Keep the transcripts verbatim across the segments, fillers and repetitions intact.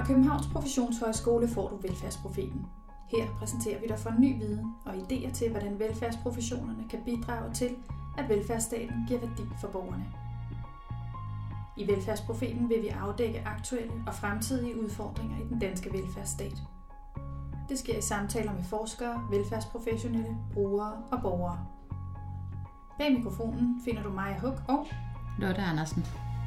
Fra Københavns Professionshøjskole får du Velfærdsprofeten. Her præsenterer vi dig for ny viden og idéer til, hvordan velfærdsprofessionerne kan bidrage til, at velfærdsstaten giver værdi for borgerne. I Velfærdsprofeten vil vi afdække aktuelle og fremtidige udfordringer i den danske velfærdsstat. Det sker i samtaler med forskere, velfærdsprofessionelle, brugere og borgere. Bag mikrofonen finder du Maja Huk og Lotte Andersen.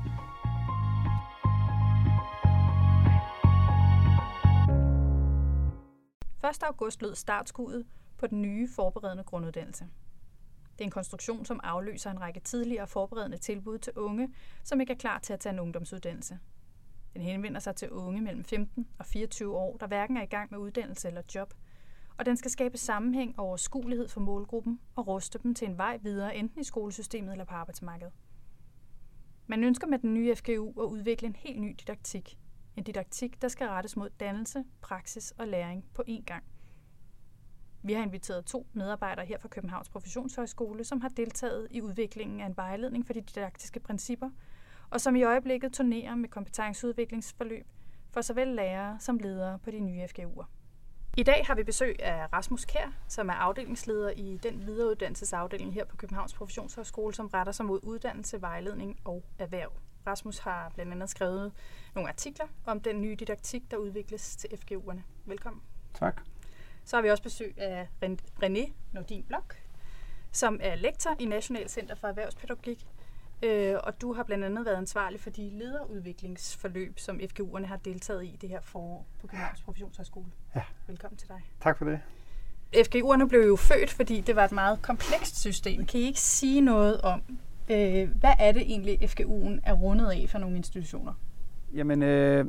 første august lød startskuddet på den nye forberedende grunduddannelse. Det er en konstruktion, som afløser en række tidligere forberedende tilbud til unge, som ikke er klar til at tage en ungdomsuddannelse. Den henvender sig til unge mellem femten og fireogtyve år, der hverken er i gang med uddannelse eller job, og den skal skabe sammenhæng og overskuelighed for målgruppen og ruste dem til en vej videre, enten i skolesystemet eller på arbejdsmarkedet. Man ønsker med den nye F G U at udvikle en helt ny didaktik. En didaktik, der skal rettes mod dannelse, praksis og læring på én gang. Vi har inviteret to medarbejdere her fra Københavns Professionshøjskole, som har deltaget i udviklingen af en vejledning for de didaktiske principper, og som i øjeblikket turnerer med kompetenceudviklingsforløb for såvel lærere som ledere på de nye F G U'er. I dag har vi besøg af Rasmus Kjær, som er afdelingsleder i den videreuddannelsesafdeling her på Københavns Professionshøjskole, som retter sig mod uddannelse, vejledning og erhverv. Rasmus har blandt andet skrevet nogle artikler om den nye didaktik, der udvikles til F G U'erne. Velkommen. Tak. Så har vi også besøg af René Nordin Blok, som er lektor i National Center for Erhvervspædagogik, og du har blandt andet været ansvarlig for de lederudviklingsforløb, som F G U'erne har deltaget i det her forår på Københavns Professionshøjskole. Ja. Velkommen til dig. Tak for det. F G U'erne blev jo født, fordi det var et meget komplekst system. Kan I ikke sige noget om, øh, hvad er det egentlig, F G U'en er rundet af for nogle institutioner? Jamen, øh,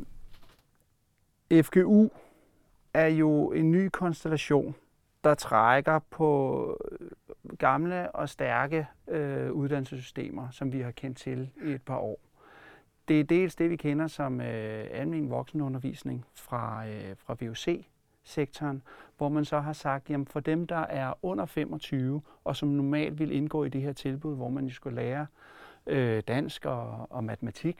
F G U er jo en ny konstellation, der trækker på gamle og stærke øh, uddannelsessystemer, som vi har kendt til i et par år. Det er dels det, vi kender som øh, almen voksenundervisning fra, øh, fra V U C-sektoren, hvor man så har sagt, jamen for dem, der er under femogtyve, og som normalt vil indgå i det her tilbud, hvor man jo skulle lære øh, dansk og, og matematik,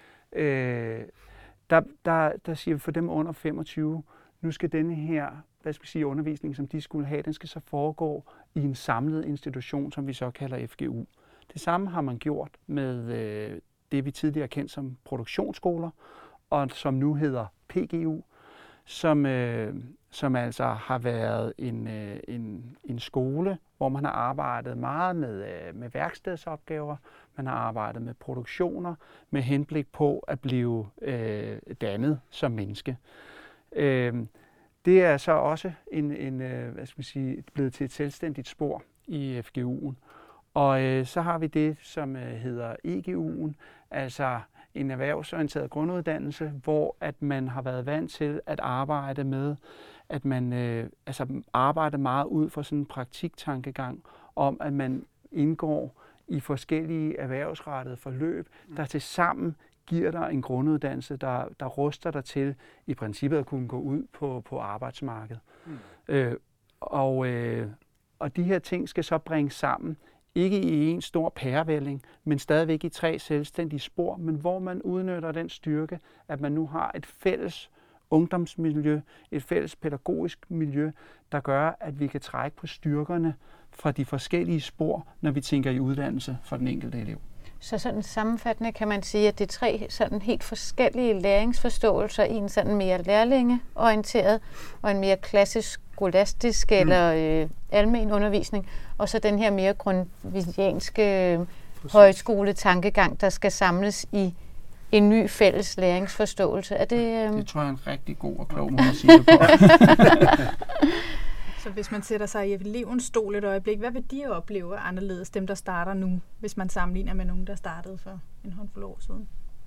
øh, der, der, der siger vi for dem under femogtyve, nu skal denne her hvad skal vi sige, undervisning, som de skulle have, den skal så foregå i en samlet institution, som vi så kalder F G U. Det samme har man gjort med øh, det, vi tidligere kendt som produktionsskoler, og som nu hedder P G U, som, øh, som altså har været en, øh, en, en skole, hvor man har arbejdet meget med, øh, med værkstedsopgaver, man har arbejdet med produktioner, med henblik på at blive øh, dannet som menneske. Øh, Det er så også en, en, hvad skal man sige, blevet til et selvstændigt spor i F G U'en. Og øh, så har vi det, som øh, hedder E G U'en, altså en erhvervsorienteret grunduddannelse, hvor at man har været vant til at arbejde med, at man øh, altså arbejder meget ud fra sådan en praktiktankegang om, at man indgår i forskellige erhvervsrettede forløb, der til sammen giver dig en grunduddannelse, der, der ruster dig til i princippet at kunne gå ud på, på arbejdsmarkedet. Mm. Øh, og, øh, og de her ting skal så bringes sammen, ikke i en stor pærevælling, men stadigvæk i tre selvstændige spor, men hvor man udnytter den styrke, at man nu har et fælles ungdomsmiljø, et fælles pædagogisk miljø, der gør, at vi kan trække på styrkerne fra de forskellige spor, når vi tænker i uddannelse for den enkelte elev. Så sådan sammenfattende kan man sige, at det er tre sådan helt forskellige læringsforståelser i en sådan mere lærlingeorienteret og en mere klassisk skolastisk mm. eller øh, almen undervisning, og så den her mere grundvigianske øh, højskole-tankegang, der skal samles i en ny fælles læringsforståelse. Er det, øh... det tror jeg er en rigtig god og klog måde at sige det på. Så hvis man sætter sig i elevens stol et øjeblik, hvad vil de opleve anderledes, dem der starter nu, hvis man sammenligner med nogen, der startede for en håndfuld år siden?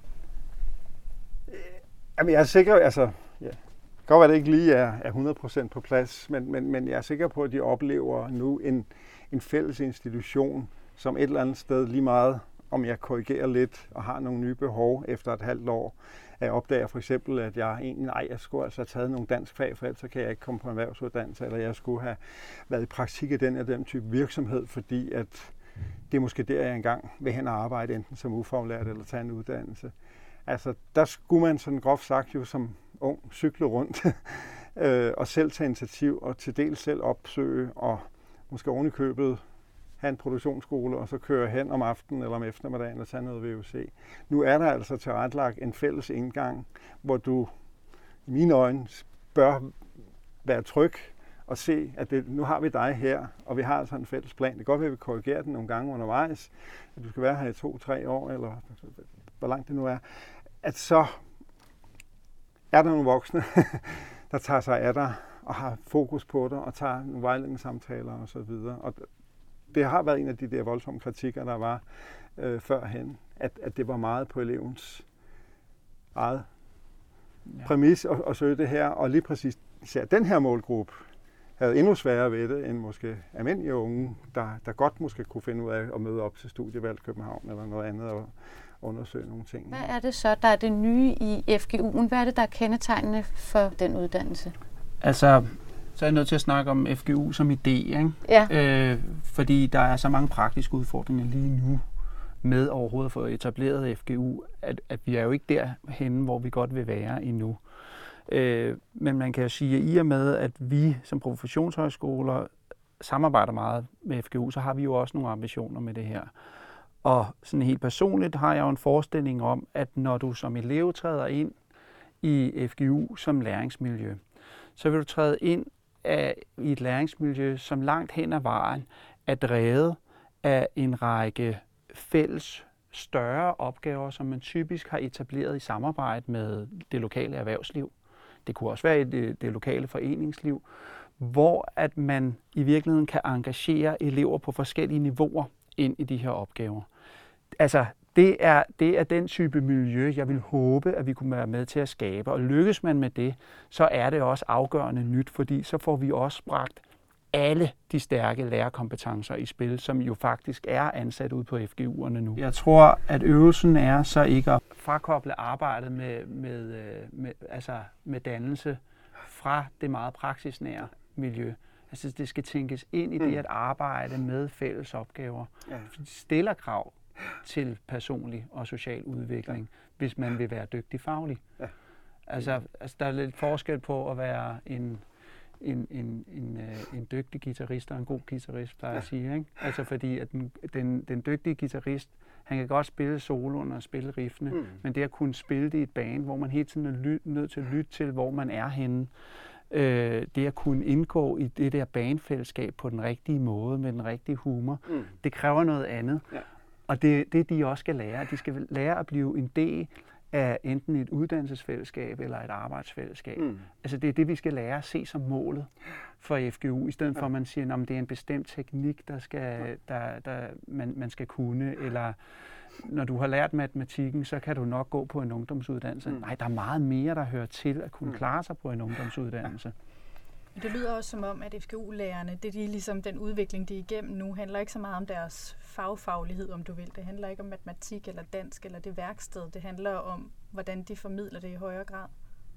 Jamen jeg er sikker, altså, ja, det kan godt være, at det ikke lige er, er hundrede procent på plads, men, men, men jeg er sikker på, at de oplever nu en, en fælles institution, som et eller andet sted lige meget, om jeg korrigerer lidt og har nogle nye behov efter et halvt år, at jeg opdager for eksempel, at jeg egentlig, nej, jeg skulle altså have taget nogle dansk fag, for ellers så kan jeg ikke komme på en erhvervsuddannelse, eller jeg skulle have været i praktik i den eller den type virksomhed, fordi at det er måske der, jeg engang vil hen og arbejde, enten som ufaglært eller tage en uddannelse. Altså, der skulle man sådan groft sagt jo som ung cykle rundt øh, og selv tage initiativ og til dels selv opsøge og måske oven i købet have en produktionsskole og så køre hen om aftenen eller om eftermiddagen og tage noget V U C. Nu er der altså tilrettelagt en fælles indgang, hvor du i mine øjne bør være tryg og se, at det, nu har vi dig her, og vi har altså en fælles plan. Det kan godt være, at vi korrigerer den nogle gange undervejs, at du skal være her i to-tre år, eller hvor langt det nu er, at så er der nogle voksne, der tager sig af dig og har fokus på dig og tager nogle vejledningssamtaler og så videre. Og det har været en af de der voldsomme kritikker, der var øh, førhen, at, at det var meget på elevens eget ja. præmis at, at søge det her, og lige præcis især den her målgruppe havde endnu sværere ved det, end måske almindelige unge, der, der godt måske kunne finde ud af at møde op til studievalg København eller noget andet og undersøge nogle ting. Hvad er det så, der er det nye i F G U'en? Hvad er det, der er kendetegnende for den uddannelse? Altså, så er jeg nødt til at snakke om F G U som idé, ikke? Ja. Øh, fordi der er så mange praktiske udfordringer lige nu med overhovedet at få etableret F G U, at, at vi er jo ikke derhenne, hvor vi godt vil være endnu. Øh, men man kan jo sige, at i og med, at vi som professionshøjskoler samarbejder meget med F G U, så har vi jo også nogle ambitioner med det her. Og sådan helt personligt har jeg jo en forestilling om, at når du som elev træder ind i F G U som læringsmiljø, så vil du træde ind af, i et læringsmiljø, som langt hen ad vejen er drevet af en række fælles større opgaver, som man typisk har etableret i samarbejde med det lokale erhvervsliv. Det kunne også være i det, det lokale foreningsliv, hvor at man i virkeligheden kan engagere elever på forskellige niveauer ind i de her opgaver. Altså, det er, det er den type miljø, jeg vil håbe, at vi kunne være med til at skabe. Og lykkes man med det, så er det også afgørende nyt, fordi så får vi også bragt alle de stærke lærerkompetencer i spil, som jo faktisk er ansat ude på F G U'erne nu. Jeg tror, at øvelsen er så ikke at frakoble arbejdet med, med, med, altså med dannelse fra det meget praksisnære miljø. Altså, det skal tænkes ind i det at arbejde med fælles opgaver. Ja. Det stiller krav til personlig og social udvikling, ja. hvis man vil være dygtig faglig. Ja. Altså, altså, der er lidt forskel på at være en, en, en, en, en dygtig guitarist og en god guitarist, plejer jeg at sige. Ikke? Altså, fordi at den, den, den dygtige guitarist, han kan godt spille soloen og spille riffene, mm. men det at kunne spille det i et band, hvor man hele tiden er ly- nødt til at lytte til, hvor man er henne, Øh, det at kunne indgå i det der bandfællesskab på den rigtige måde, med den rigtige humor, mm. det kræver noget andet. Ja. Og det, det de også skal lære. De skal lære at blive en del af enten et uddannelsesfællesskab eller et arbejdsfællesskab. Mm. Altså det er det, vi skal lære at se som målet for F G U, i stedet ja. for at man siger, at det er en bestemt teknik, der skal, der, der, man, man skal kunne, eller når du har lært matematikken, så kan du nok gå på en ungdomsuddannelse. Mm. Nej, der er meget mere, der hører til at kunne klare sig på en ungdomsuddannelse. Det lyder også som om, at F G U-lærerne, det er de, ligesom den udvikling, de er igennem nu, handler ikke så meget om deres fagfaglighed, om du vil. Det handler ikke om matematik eller dansk eller det værksted. Det handler om, hvordan de formidler det i højere grad.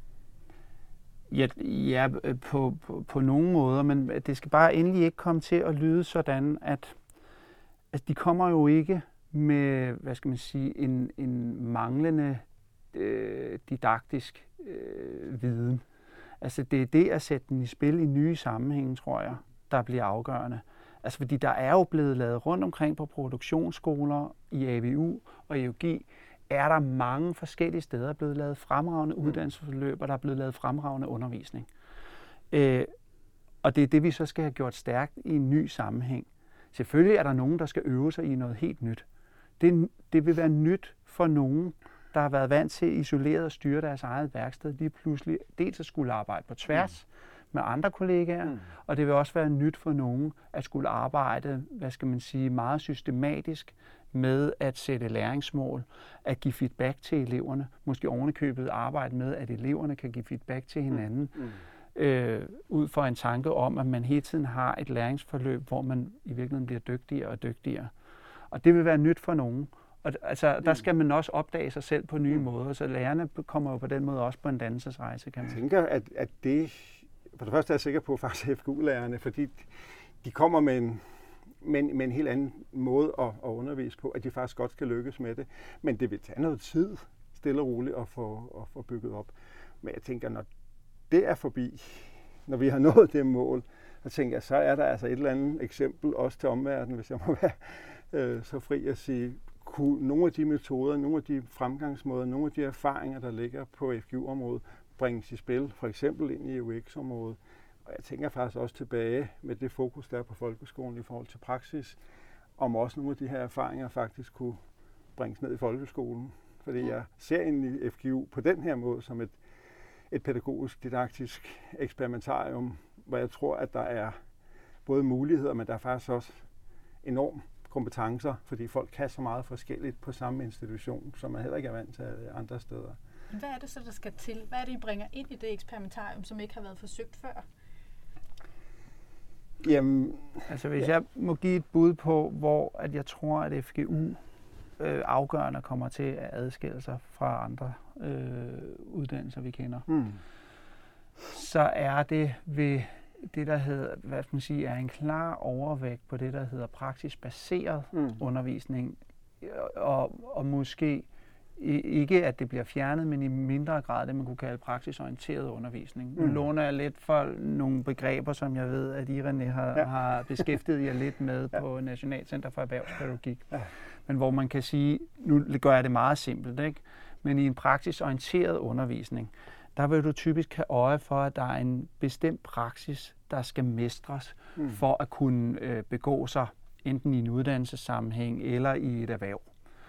Ja, ja på, på, på nogle måder, men det skal bare endelig ikke komme til at lyde sådan, at, at de kommer jo ikke med, hvad skal man sige, en, en manglende øh, didaktisk øh, viden. Altså det er det at sætte den i spil i nye sammenhænge, tror jeg, der bliver afgørende. Altså fordi der er jo blevet lavet rundt omkring på produktionsskoler i A V U og E U G, er der mange forskellige steder blevet lavet fremragende uddannelsesforløb, og der er blevet lavet fremragende undervisning. Øh, og det er det, vi så skal have gjort stærkt i en ny sammenhæng. Selvfølgelig er der nogen, der skal øve sig i noget helt nyt. Det, det vil være nyt for nogen, der har været vant til isoleret at styre deres eget værksted, lige pludselig dels at skulle arbejde på tværs mm. med andre kollegaer, mm. og det vil også være nyt for nogen at skulle arbejde, hvad skal man sige, meget systematisk med at sætte læringsmål, at give feedback til eleverne, måske ovenikøbet arbejde med, at eleverne kan give feedback til hinanden, mm. øh, ud fra en tanke om, at man hele tiden har et læringsforløb, hvor man i virkeligheden bliver dygtigere og dygtigere. Og det vil være nyt for nogen. Og altså, der skal man også opdage sig selv på nye mm. måder, så lærerne kommer jo på den måde også på en dannelsesrejse, kan man. Jeg tænker, at, at det, for det første er jeg sikker på faktisk F G U-lærerne, fordi de kommer med en, med en, med en helt anden måde at, at undervise på, at de faktisk godt skal lykkes med det. Men det vil tage noget tid, stille og roligt, at få, at få bygget op. Men jeg tænker, når det er forbi, når vi har nået det mål, så tænker jeg, så er der altså et eller andet eksempel også til omverdenen, hvis jeg må være øh, så fri at sige, kunne nogle af de metoder, nogle af de fremgangsmåder, nogle af de erfaringer, der ligger på F G U-området, bringes i spil, for eksempel ind i U X-området. Og jeg tænker faktisk også tilbage med det fokus, der er på folkeskolen i forhold til praksis, om også nogle af de her erfaringer faktisk kunne bringes ned i folkeskolen. Fordi jeg ser ind i F G U på den her måde som et, et pædagogisk, didaktisk eksperimentarium, hvor jeg tror, at der er både muligheder, men der er faktisk også enormt kompetencer, fordi folk kan så meget forskelligt på samme institution, som man heller ikke er vant til andre steder. Hvad er det så, der skal til? Hvad er det, I bringer ind i det eksperimentarium, som ikke har været forsøgt før? Jamen, altså hvis ja. jeg må give et bud på, hvor at jeg tror, at F G U øh, afgørende kommer til at adskille sig fra andre øh, uddannelser, vi kender, mm. så er det ved det, der hedder, hvad skal man sige, er en klar overvægt på det, der hedder praksisbaseret mm. undervisning, og, og måske ikke, at det bliver fjernet, men i mindre grad det, man kunne kalde praksisorienteret undervisning. Nu mm. låner jeg lidt for nogle begreber, som jeg ved, at Irene har, ja. har beskæftiget jer lidt med ja. på Nationalcenter for Erhvervspædagogik. Ja. Men hvor man kan sige, nu gør jeg det meget simpelt, ikke? Men i en praksisorienteret undervisning, der vil du typisk have øje for, at der er en bestemt praksis, der skal mestres mm. for at kunne øh, begå sig enten i en uddannelsessammenhæng eller i et erhverv.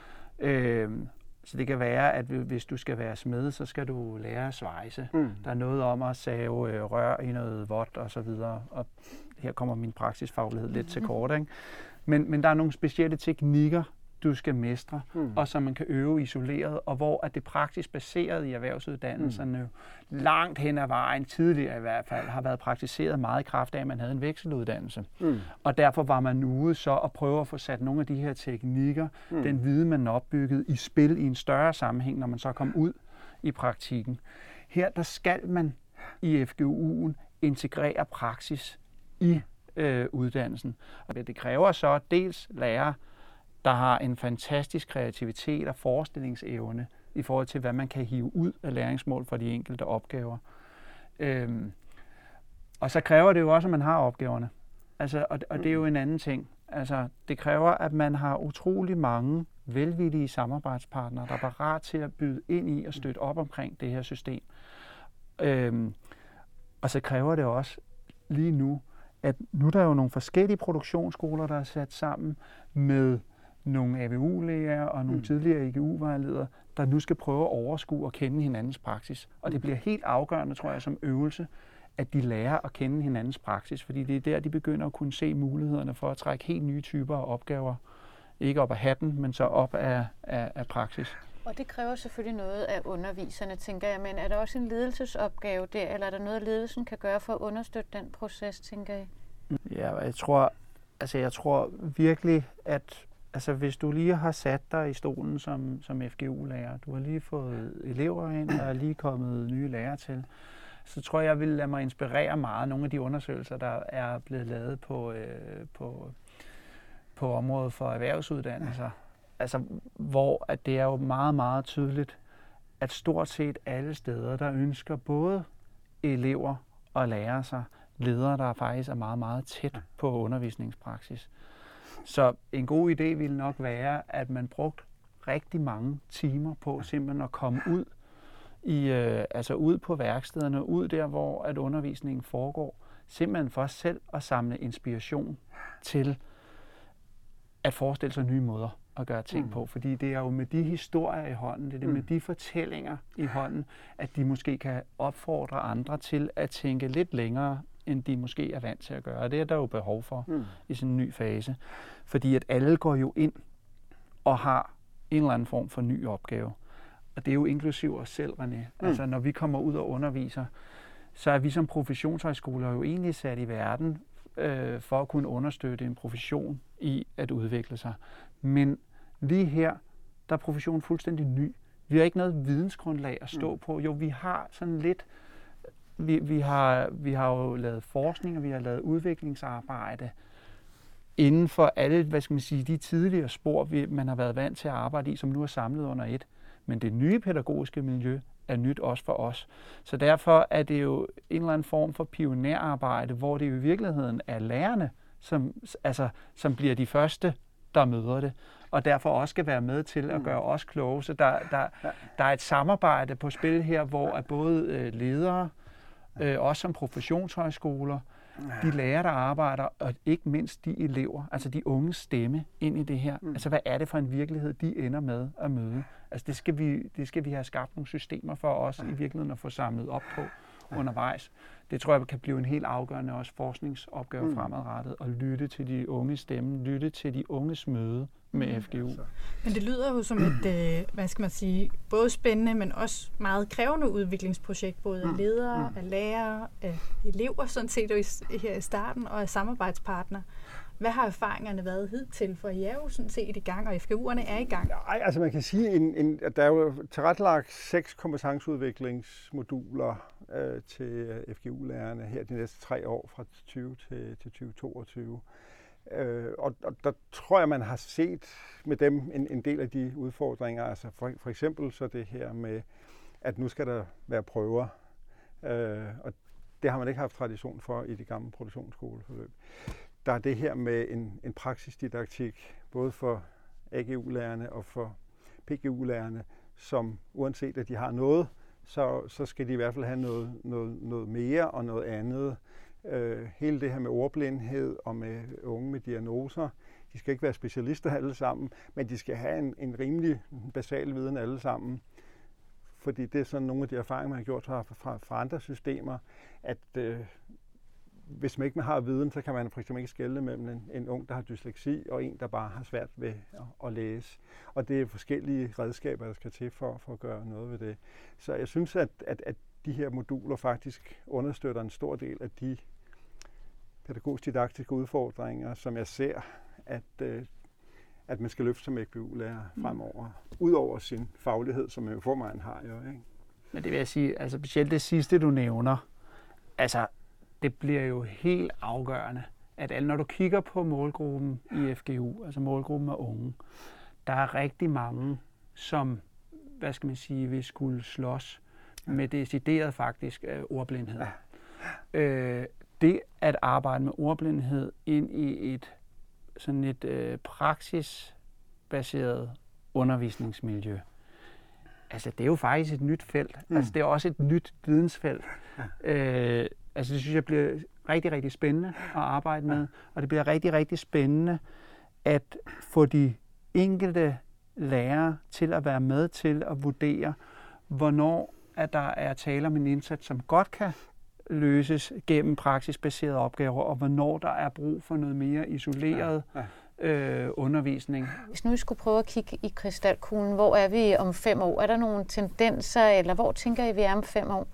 Øh, så det kan være, at hvis du skal være smed, så skal du lære at svejse. Mm. Der er noget om at save øh, rør i noget vådt og så videre. Og her kommer min praksisfaglighed lidt til kort, ikke? Men, men der er nogle specielle teknikker, du skal mestre, mm. og som man kan øve isoleret, og hvor at det praktisk baseret i erhvervsuddannelserne mm. langt hen ad vejen, tidligere i hvert fald, har været praktiseret meget i kraft af, at man havde en vekseluddannelse. Mm. Og derfor var man ude så at prøve at få sat nogle af de her teknikker, mm. den viden, man opbygget, i spil i en større sammenhæng, når man så kom ud i praktikken. Her der skal man i F G U'en integrere praksis i øh, uddannelsen. Og det kræver så dels lærere, der har en fantastisk kreativitet og forestillingsevne i forhold til, hvad man kan hive ud af læringsmål for de enkelte opgaver. Øhm, og så kræver det jo også, at man har opgaverne. Altså, og, og det er jo en anden ting. Altså, det kræver, at man har utrolig mange velvillige samarbejdspartnere, der er parat til at byde ind i og støtte op omkring det her system. Øhm, og så kræver det også lige nu, at nu er der jo nogle forskellige produktionsskoler, der er sat sammen med nogle A V U-læger og nogle mm. tidligere I G U-vejledere, der nu skal prøve at overskue og kende hinandens praksis. Og det bliver helt afgørende, tror jeg, som øvelse, at de lærer at kende hinandens praksis, fordi det er der, de begynder at kunne se mulighederne for at trække helt nye typer af opgaver. Ikke op af hatten, men så op af, af, af praksis. Og det kræver selvfølgelig noget af underviserne, tænker jeg, men er der også en ledelsesopgave der, eller er der noget, ledelsen kan gøre for at understøtte den proces, tænker I? Ja, jeg tror, altså jeg tror virkelig, at altså, hvis du lige har sat dig i stolen som, som F G U-lærer, du har lige fået elever ind, og er lige kommet nye lærere til, så tror jeg, jeg vil lade mig inspirere meget nogle af de undersøgelser, der er blevet lavet på, øh, på, på området for erhvervsuddannelser. Altså, hvor at det er jo meget, meget tydeligt, at stort set alle steder, der ønsker både elever og lærere sig, ledere, der faktisk er meget, meget tæt på undervisningspraksis. Så en god idé ville nok være, at man brugte rigtig mange timer på simpelthen at komme ud i, øh, altså ud på værkstederne, ud der, hvor at undervisningen foregår, simpelthen for selv at samle inspiration til at forestille sig nye måder at gøre ting mm. på. Fordi det er jo med de historier i hånden, det er det mm. med de fortællinger i hånden, at de måske kan opfordre andre til at tænke lidt længere, end de måske er vant til at gøre. Det er der jo behov for mm. i sådan en ny fase. Fordi at alle går jo ind og har en eller anden form for ny opgave. Og det er jo inklusiv os selv, René. Mm. Altså når vi kommer ud og underviser, så er vi som professionshøjskoler jo egentlig sat i verden øh, for at kunne understøtte en profession i at udvikle sig. Men lige her, der er professionen fuldstændig ny. Vi har ikke noget vidensgrundlag at stå mm. på. Jo, vi har sådan lidt Vi, vi, har, vi har jo lavet forskning, og vi har lavet udviklingsarbejde inden for alle, hvad skal man sige, de tidligere spor, vi, man har været vant til at arbejde i, som nu er samlet under et. Men det nye pædagogiske miljø er nyt også for os. Så derfor er det jo en eller anden form for pionerarbejde, hvor det jo i virkeligheden er lærerne, som, altså, som bliver de første, der møder det, og derfor også skal være med til at gøre os kloge. Så der, der, der er et samarbejde på spil her, hvor er både ledere, øh, også som professionshøjskoler, de lærere, der arbejder, og ikke mindst de elever, altså de unge stemme ind i det her. Mm. Altså, hvad er det for en virkelighed, de ender med at møde? Altså, det skal vi, det skal vi have skabt nogle systemer for os i virkeligheden at få samlet op på undervejs. Det tror jeg kan blive en helt afgørende også forskningsopgave mm. fremadrettet, at lytte til de unge stemme, lytte til de unges møde med F G U. Men det lyder jo som et, øh, hvad skal man sige, både spændende, men også meget krævende udviklingsprojekt, både af ledere, af lærere, af elever, sådan set her i starten, og af samarbejdspartnere. Hvad har erfaringerne været hidtil? For I er jo sådan set i gang, og F G U'erne er i gang. Nej, altså man kan sige, en, en, at der er jo tilrettelagt seks kompetenceudviklingsmoduler øh, til F G U-lærerne her de næste tre år, fra tyve til, til tyve toogtyve. Øh, og, og der tror jeg, man har set med dem en, en del af de udfordringer. Altså for, for eksempel så det her med, at nu skal der være prøver. Øh, og det har man ikke haft tradition for i de gamle produktionsskoleforløb. Der er det her med en, en praksisdidaktik, både for A G U-lærerne og for P G U-lærerne, som uanset at de har noget, så, så skal de i hvert fald have noget, noget, noget mere og noget andet. Øh, hele det her med ordblindhed og med unge med diagnoser, de skal ikke være specialister alle sammen, men de skal have en, en rimelig basal viden alle sammen. Fordi det er sådan nogle af de erfaringer, man har gjort fra, fra, fra andre systemer, at øh, hvis man ikke har viden, så kan man for eksempel ikke skelne mellem en, en ung, der har dysleksi, og en, der bare har svært ved at, at læse. Og det er forskellige redskaber, der skal til for, for at gøre noget ved det. Så jeg synes, at, at, at de her moduler faktisk understøtter en stor del af de pædagogisk-didaktiske udfordringer, som jeg ser, at, øh, at man skal løfte som F G U-lærer fremover, ud over sin faglighed, som man jo forvejen har. Jo, ikke? Men det vil jeg sige, altså specielt det sidste, du nævner, altså det bliver jo helt afgørende, at når du kigger på målgruppen i F G U, altså målgruppen af unge, der er rigtig mange, som, hvad skal man sige, vil skulle slås med decideret faktisk ordblindhed. Ja. Øh, det at arbejde med ordblindhed ind i et sådan et øh, praksisbaseret undervisningsmiljø, altså det er jo faktisk et nyt felt. Mm. Altså det er også et nyt vidensfelt. Ja. Øh, altså det synes jeg bliver rigtig, rigtig spændende at arbejde med, og det bliver rigtig, rigtig spændende at få de enkelte lærere til at være med til at vurdere, hvornår at der er tale om en indsats, som godt kan løses gennem praksisbaserede opgaver, og hvornår der er brug for noget mere isoleret ja, ja. Øh, undervisning. Hvis nu vi skulle prøve at kigge i krystalkuglen, hvor er vi om fem år? Er der nogle tendenser, eller hvor tænker I, vi er om fem år?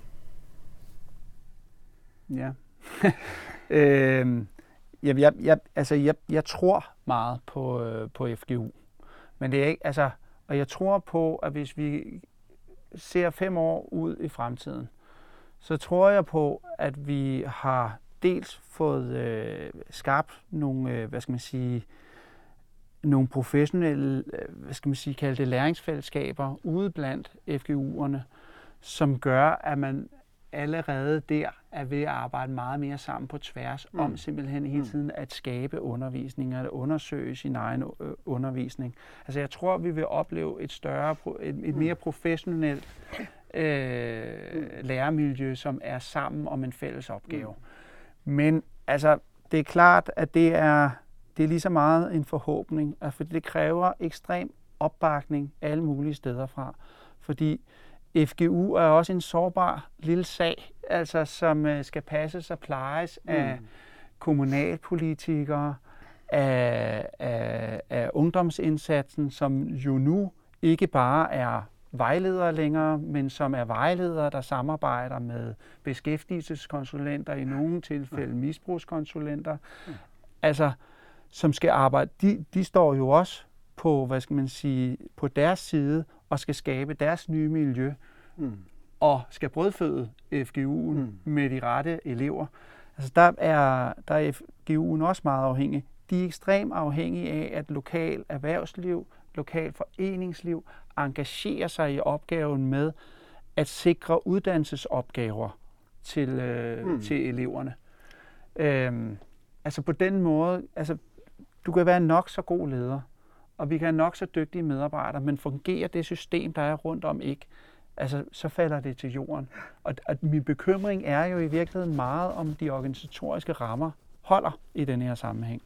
Ja. øh, jeg, jeg, jeg, altså jeg, jeg tror meget på, øh, på F G U, men det er ikke, altså, og jeg tror på, at hvis vi ser fem år ud i fremtiden, så tror jeg på, at vi har dels fået øh, skabt nogle, øh, hvad skal man sige, nogle professionelle, øh, hvad skal man sige, kalde det læringsfællesskaber ude blandt F G U'erne, som gør, at man allerede der er ved at arbejde meget mere sammen på tværs mm. om simpelthen hele tiden at skabe undervisning, at undersøge sin egen øh, undervisning. Altså jeg tror, vi vil opleve et større, et, et mere professionelt øh, lærermiljø, som er sammen om en fælles opgave. Mm. Men altså, det er klart, at det er, det er lige så meget en forhåbning, for det kræver ekstrem opbakning alle mulige steder fra, fordi F G U er også en sårbar lille sag, altså som øh, skal passes og plejes mm. af kommunalpolitikere, af, af, af ungdomsindsatsen, som jo nu ikke bare er vejledere længere, men som er vejledere, der samarbejder med beskæftigelseskonsulenter, i nogle tilfælde misbrugskonsulenter, mm. altså som skal arbejde, de, de står jo også på, hvad skal man sige, på deres side og skal skabe deres nye miljø mm. og skal brødføde F G U'en mm. med de rette elever. Altså der er, der er F G U'en også meget afhængig. De er ekstremt afhængige af, at lokal erhvervsliv, lokal foreningsliv engagerer sig i opgaven med at sikre uddannelsesopgaver til, øh, mm. til eleverne. Øhm, altså på den måde, altså du kan være nok så god leder, og vi kan have nok så dygtige medarbejdere, men fungerer det system, der er rundt om ikke, altså så falder det til jorden. Og, og min bekymring er jo i virkeligheden meget, om de organisatoriske rammer holder i den her sammenhæng.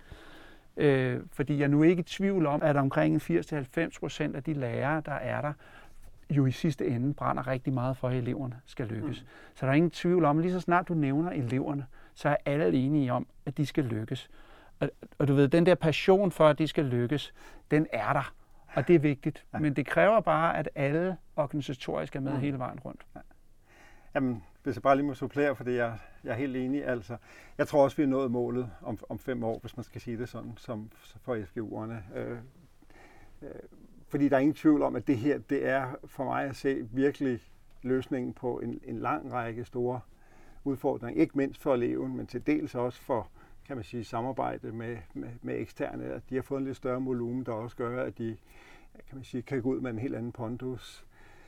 Øh, fordi jeg er nu ikke i tvivl om, at omkring firs til halvfems procent af de lærere, der er der, jo i sidste ende brænder rigtig meget for, at eleverne skal lykkes. Mm. Så der er ingen tvivl om, lige så snart du nævner eleverne, så er alle enige om, at de skal lykkes. Og, og du ved, den der passion for, at de skal lykkes, den er der. Og det er vigtigt. Ja. Men det kræver bare, at alle organisatorisk er med mm. hele vejen rundt. Ja. Jamen, hvis jeg bare lige må supplere, fordi jeg, jeg er helt enig. Altså, jeg tror også, vi har nået målet om, om fem år, hvis man skal sige det sådan, som for F G U'erne. Øh, øh, fordi der er ingen tvivl om, at det her, det er for mig at se virkelig løsningen på en, en lang række store udfordringer. Ikke mindst for eleven, men til dels også for, kan man sige, samarbejde med, med, med eksterne. At de har fået en lidt større volumen, der også gør, at de kan, man sige, kan gå ud med en helt anden pondus.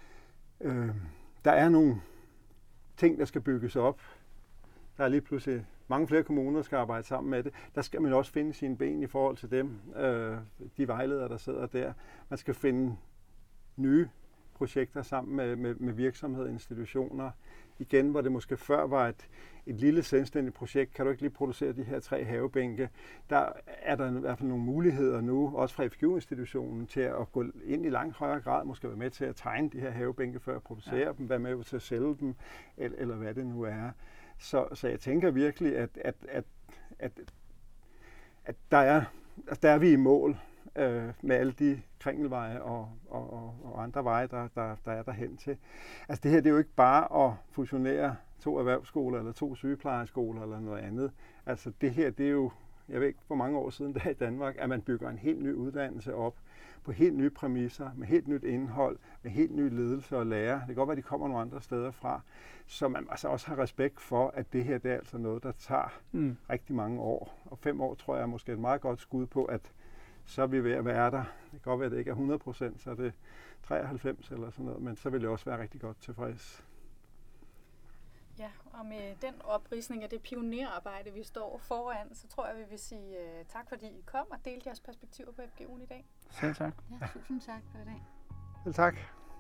Øh, der er nogle ting, der skal bygges op. Der er lige pludselig mange flere kommuner, der skal arbejde sammen med det. Der skal man også finde sine ben i forhold til dem, øh, de vejledere, der sidder der. Man skal finde nye projekter sammen med, med, med virksomheder og institutioner. Igen, hvor det måske før var et, et lille selvstændigt projekt, kan du ikke lige producere de her tre havebænke. Der er der i hvert fald nogle muligheder nu, også fra F G U-institutionen, til at gå ind i langt højere grad, måske være med til at tegne de her havebænke, før at producere ja. dem, være med til at sælge dem, eller, eller hvad det nu er. Så, så jeg tænker virkelig, at, at, at, at, at der, er, altså der er vi i mål øh, med alle de kringelveje og, og, og, og andre veje, der, der, der er derhen til. Altså det her, det er jo ikke bare at fusionere to erhvervsskoler eller to sygeplejeskoler eller noget andet. Altså det her, det er jo, jeg ved ikke hvor mange år siden der i Danmark, at man bygger en helt ny uddannelse op på helt nye præmisser, med helt nyt indhold, med helt ny ledelse og lærer. Det kan godt være, at de kommer nogle andre steder fra, så man altså også har respekt for, at det her, det er altså noget, der tager mm. rigtig mange år. Og fem år, tror jeg, er måske et meget godt skud på, at så er vi ved at være der. Det kan godt være, at det ikke er hundrede procent, så er det treoghalvfems eller sådan noget, men så vil det også være rigtig godt tilfreds. Ja, og med den opridsning af det pionerarbejde, vi står foran, så tror jeg, vi vil sige uh, tak, fordi I kom og delte jeres perspektiver på F G U'en i dag. Selv tak. Ja, tusind tak for i dag. Selv tak.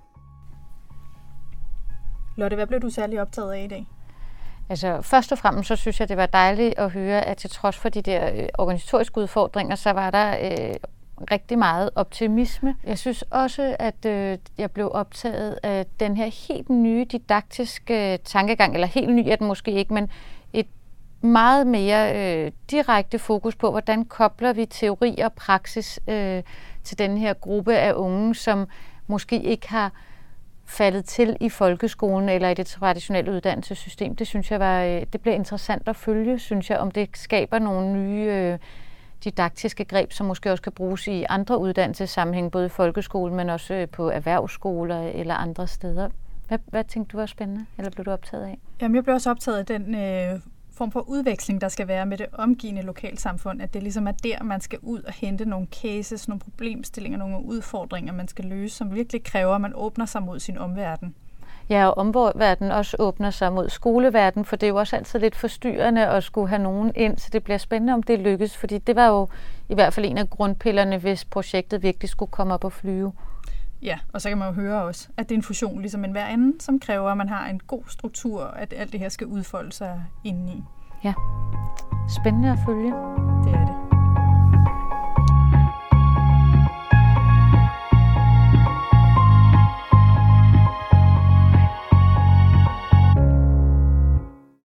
Lotte, hvad blev du særlig optaget af i dag? Altså, først og fremmest så synes jeg, det var dejligt at høre, at til trods for de der øh, organisatoriske udfordringer, så var der øh, rigtig meget optimisme. Jeg synes også, at øh, jeg blev optaget af den her helt nye didaktiske tankegang, eller helt ny er den måske ikke, men et meget mere øh, direkte fokus på, hvordan kobler vi teori og praksis øh, til den her gruppe af unge, som måske ikke har faldet til i folkeskolen eller i det traditionelle uddannelsessystem. Det synes jeg var, det bliver interessant at følge, synes jeg, om det skaber nogle nye øh, didaktiske greb, som måske også kan bruges i andre uddannelsessammenhæng, både i folkeskolen, men også på erhvervsskoler eller andre steder. Hvad, hvad tænkte du var spændende, eller blev du optaget af? Jamen, jeg blev også optaget af den øh, form for udveksling, der skal være med det omgivende lokalsamfund, at det ligesom er der, man skal ud og hente nogle cases, nogle problemstillinger, nogle udfordringer, man skal løse, som virkelig kræver, at man åbner sig mod sin omverden. Ja, og omverdenen også åbner sig mod skoleverden, for det er jo også altid lidt forstyrrende at skulle have nogen ind, så det bliver spændende, om det lykkes, fordi det var jo i hvert fald en af grundpillerne, hvis projektet virkelig skulle komme op og flyve. Ja, og så kan man jo høre også, at det er en fusion ligesom en hver anden, som kræver, at man har en god struktur, at alt det her skal udfolde sig indeni. Ja, spændende at følge. Det er